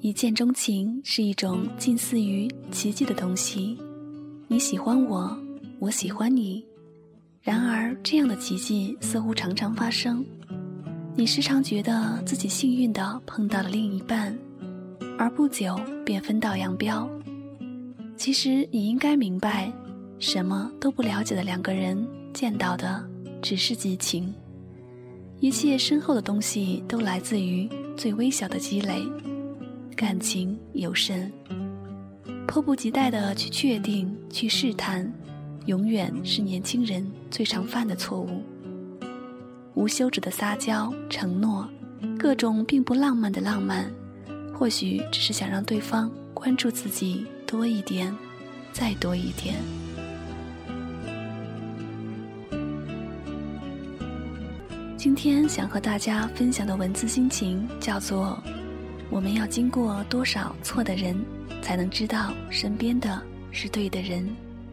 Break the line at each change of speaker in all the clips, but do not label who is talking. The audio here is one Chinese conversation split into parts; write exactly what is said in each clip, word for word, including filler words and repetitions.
一见钟情是一种近似于奇迹的东西，你喜欢我，我喜欢你。然而这样的奇迹似乎常常发生，你时常觉得自己幸运地碰到了另一半，而不久便分道扬镳。其实你应该明白，什么都不了解的两个人见到的只是激情，一切深厚的东西都来自于最微小的积累。感情有甚，迫不及待地去确定、去试探，永远是年轻人最常犯的错误。无休止的撒娇、承诺，各种并不浪漫的浪漫，或许只是想让对方关注自己多一点，再多一点。今天想和大家分享的文字心情叫做我们要经过多少错的人，才能知道身边的是对的人。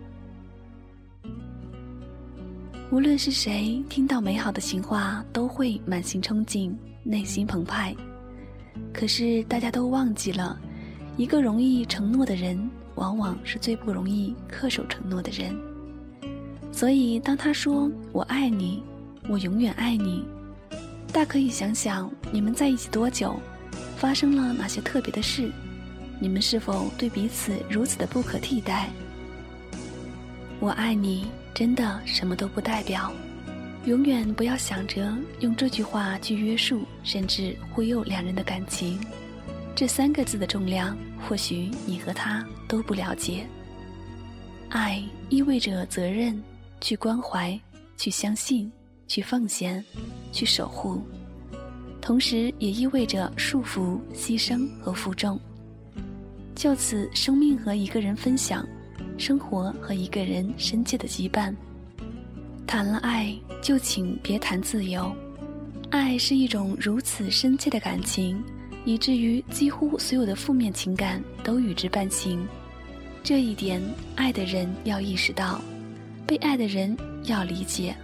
无论是谁，听到美好的情话都会满心憧憬，内心澎湃。可是大家都忘记了，一个容易承诺的人，往往是最不容易恪守承诺的人。所以当他说我爱你，我永远爱你，大可以想想你们在一起多久，发生了哪些特别的事，你们是否对彼此如此的不可替代。我爱你真的什么都不代表，永远不要想着用这句话去约束甚至忽悠两人的感情，这三个字的重量或许你和他都不了解。爱意味着责任，去关怀，去相信，去奉献，去守护，同时也意味着束缚、牺牲和负重。就此，生命和一个人分享，生活和一个人深切的羁绊。谈了爱，就请别谈自由。爱是一种如此深切的感情，以至于几乎所有的负面情感都与之伴行。这一点，爱的人要意识到，被爱的人要理解。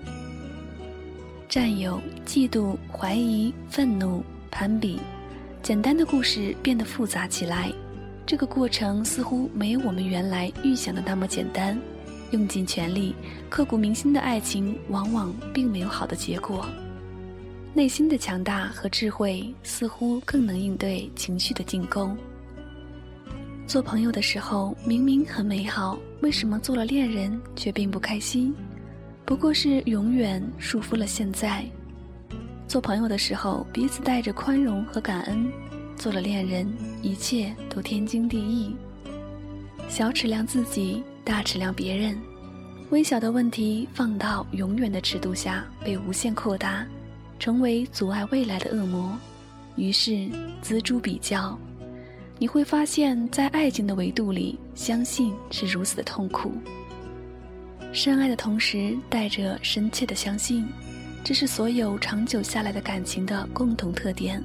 占有、嫉妒、怀疑、愤怒、攀比，简单的故事变得复杂起来。这个过程似乎没有我们原来预想的那么简单，用尽全力、刻骨铭心的爱情往往并没有好的结果。内心的强大和智慧似乎更能应对情绪的进攻。做朋友的时候明明很美好，为什么做了恋人却并不开心？不过是永远束缚了现在。做朋友的时候彼此带着宽容和感恩，做了恋人一切都天经地义。小尺量自己，大尺量别人，微小的问题放到永远的尺度下被无限扩大，成为阻碍未来的恶魔。于是锱铢比较，你会发现在爱情的维度里，相信是如此的痛苦。深爱的同时带着深切的相信，这是所有长久下来的感情的共同特点。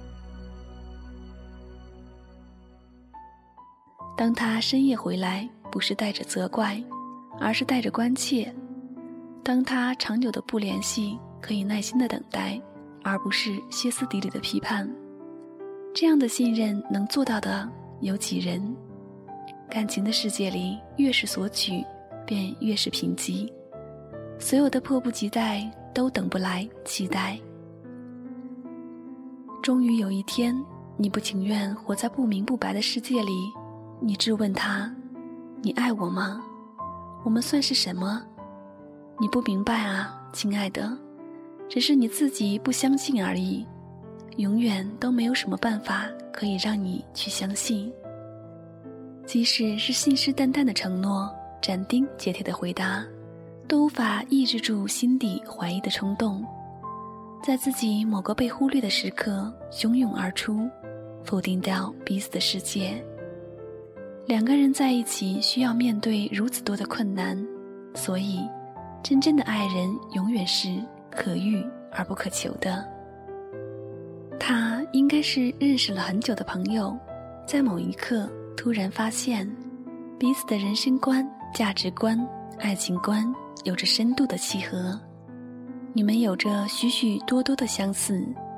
当他深夜回来，不是带着责怪，而是带着关切；当他长久的不联系，可以耐心的等待，而不是歇斯底里的批判。这样的信任能做到的有几人？感情的世界里，越是索取，便越是贫瘠。所有的迫不及待都等不来期待。终于有一天，你不情愿活在不明不白的世界里，你质问他，你爱我吗？我们算是什么？你不明白啊，亲爱的，只是你自己不相信而已。永远都没有什么办法可以让你去相信。即使是信誓旦旦的承诺，斩钉截铁的回答，都无法抑制住心底怀疑的冲动，在自己某个被忽略的时刻汹涌而出，否定掉彼此的世界。两个人在一起需要面对如此多的困难，所以真正的爱人永远是可遇而不可求的。他应该是认识了很久的朋友，在某一刻突然发现彼此的人生观、价值观、爱情观有着深度的契合。你们有着许许多多的相似，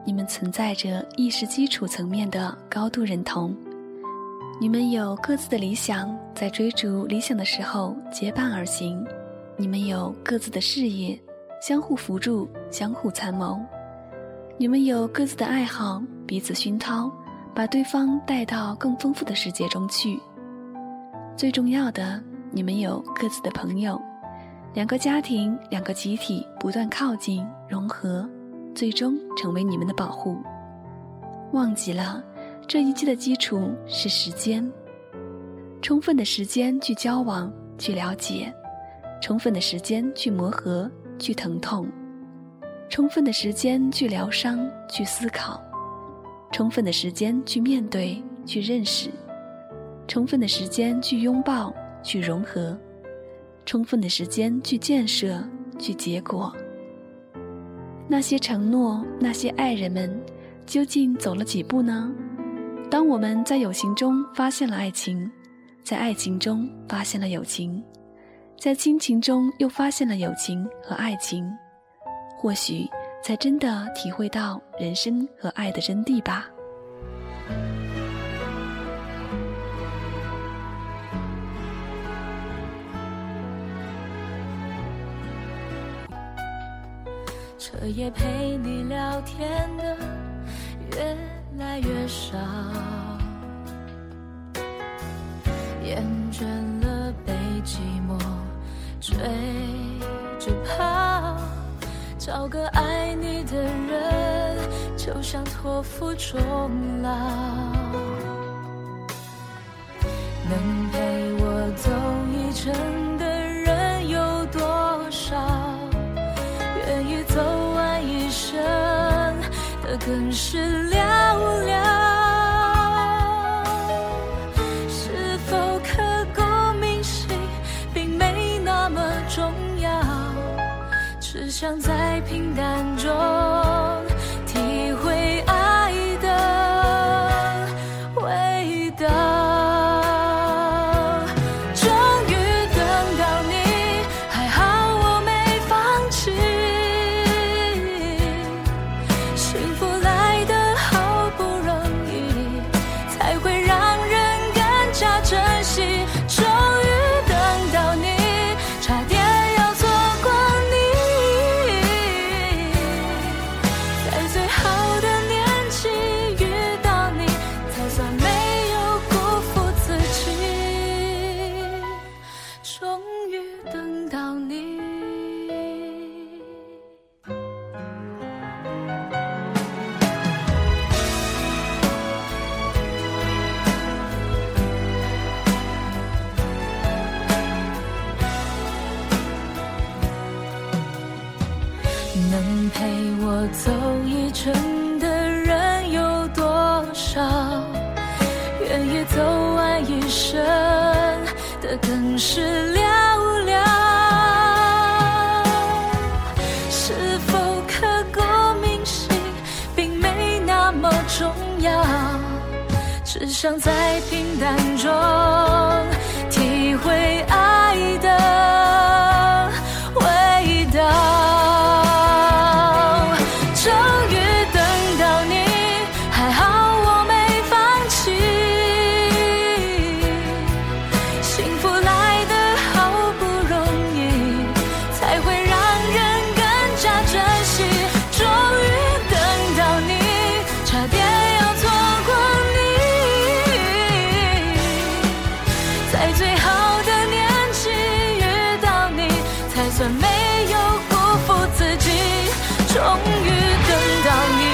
你们存在着意识基础层面的高度认同。你们有各自的理想，在追逐理想的时候结伴而行。你们有各自的事业，相互扶助，相互参谋。你们有各自的爱好，彼此熏陶，把对方带到更丰富的世界中去。最重要的，你们有各自的朋友，两个家庭，两个集体不断靠近融合，最终成为你们的保护。忘记了这一切的基础是时间，充分的时间去交往，去了解，充分的时间去磨合，去疼痛，充分的时间去疗伤，去思考，充分的时间去面对，去认识，充分的时间去拥抱，去融合，充分的时间去建设，去结果。那些承诺，那些爱人们究竟走了几步呢？当我们在友情中发现了爱情，在爱情中发现了友情，在亲情中又发现了友情和爱情，或许才真的体会到人生和爱的真谛吧。
彻夜陪你聊天的越来越少，厌倦了被寂寞追着跑，找个爱你的人就像托付终老，能陪我走一程的人有多少，愿意走完一生的更是寥寥，是否刻骨铭心并没那么重要，只想在平淡中体会爱的味道。终于等到你，还好我没放弃，幸福来得好不容易，才会让人更加珍惜。终于等到你，差点要错过你，在最好的年纪遇到你，才算没有辜负自己。终于等到你，能陪我走一程的人有多少，愿意走完一生的更是寥寥，是否刻骨铭心并没那么重要，只想在平淡中体会爱的味道。终于等到你，还好我没放弃，幸福来得好不容易，才会让人更加珍惜。终于等到你，差点要错过你，在最好的年纪遇到你，才算没有辜负自己。终于等到你，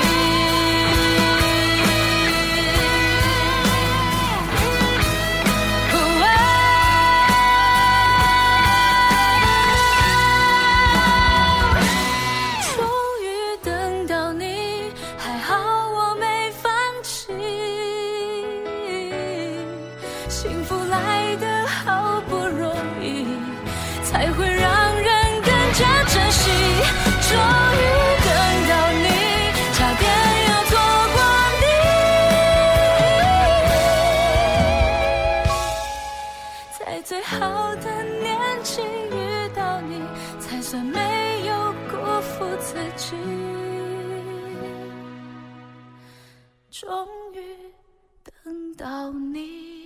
终于等到你，还好我没放弃，幸福来得好不容易，才会让人更加珍惜。终于等到你，差点要错过你，在最好的年纪遇到你，才算没有辜负自己。 终于等到你。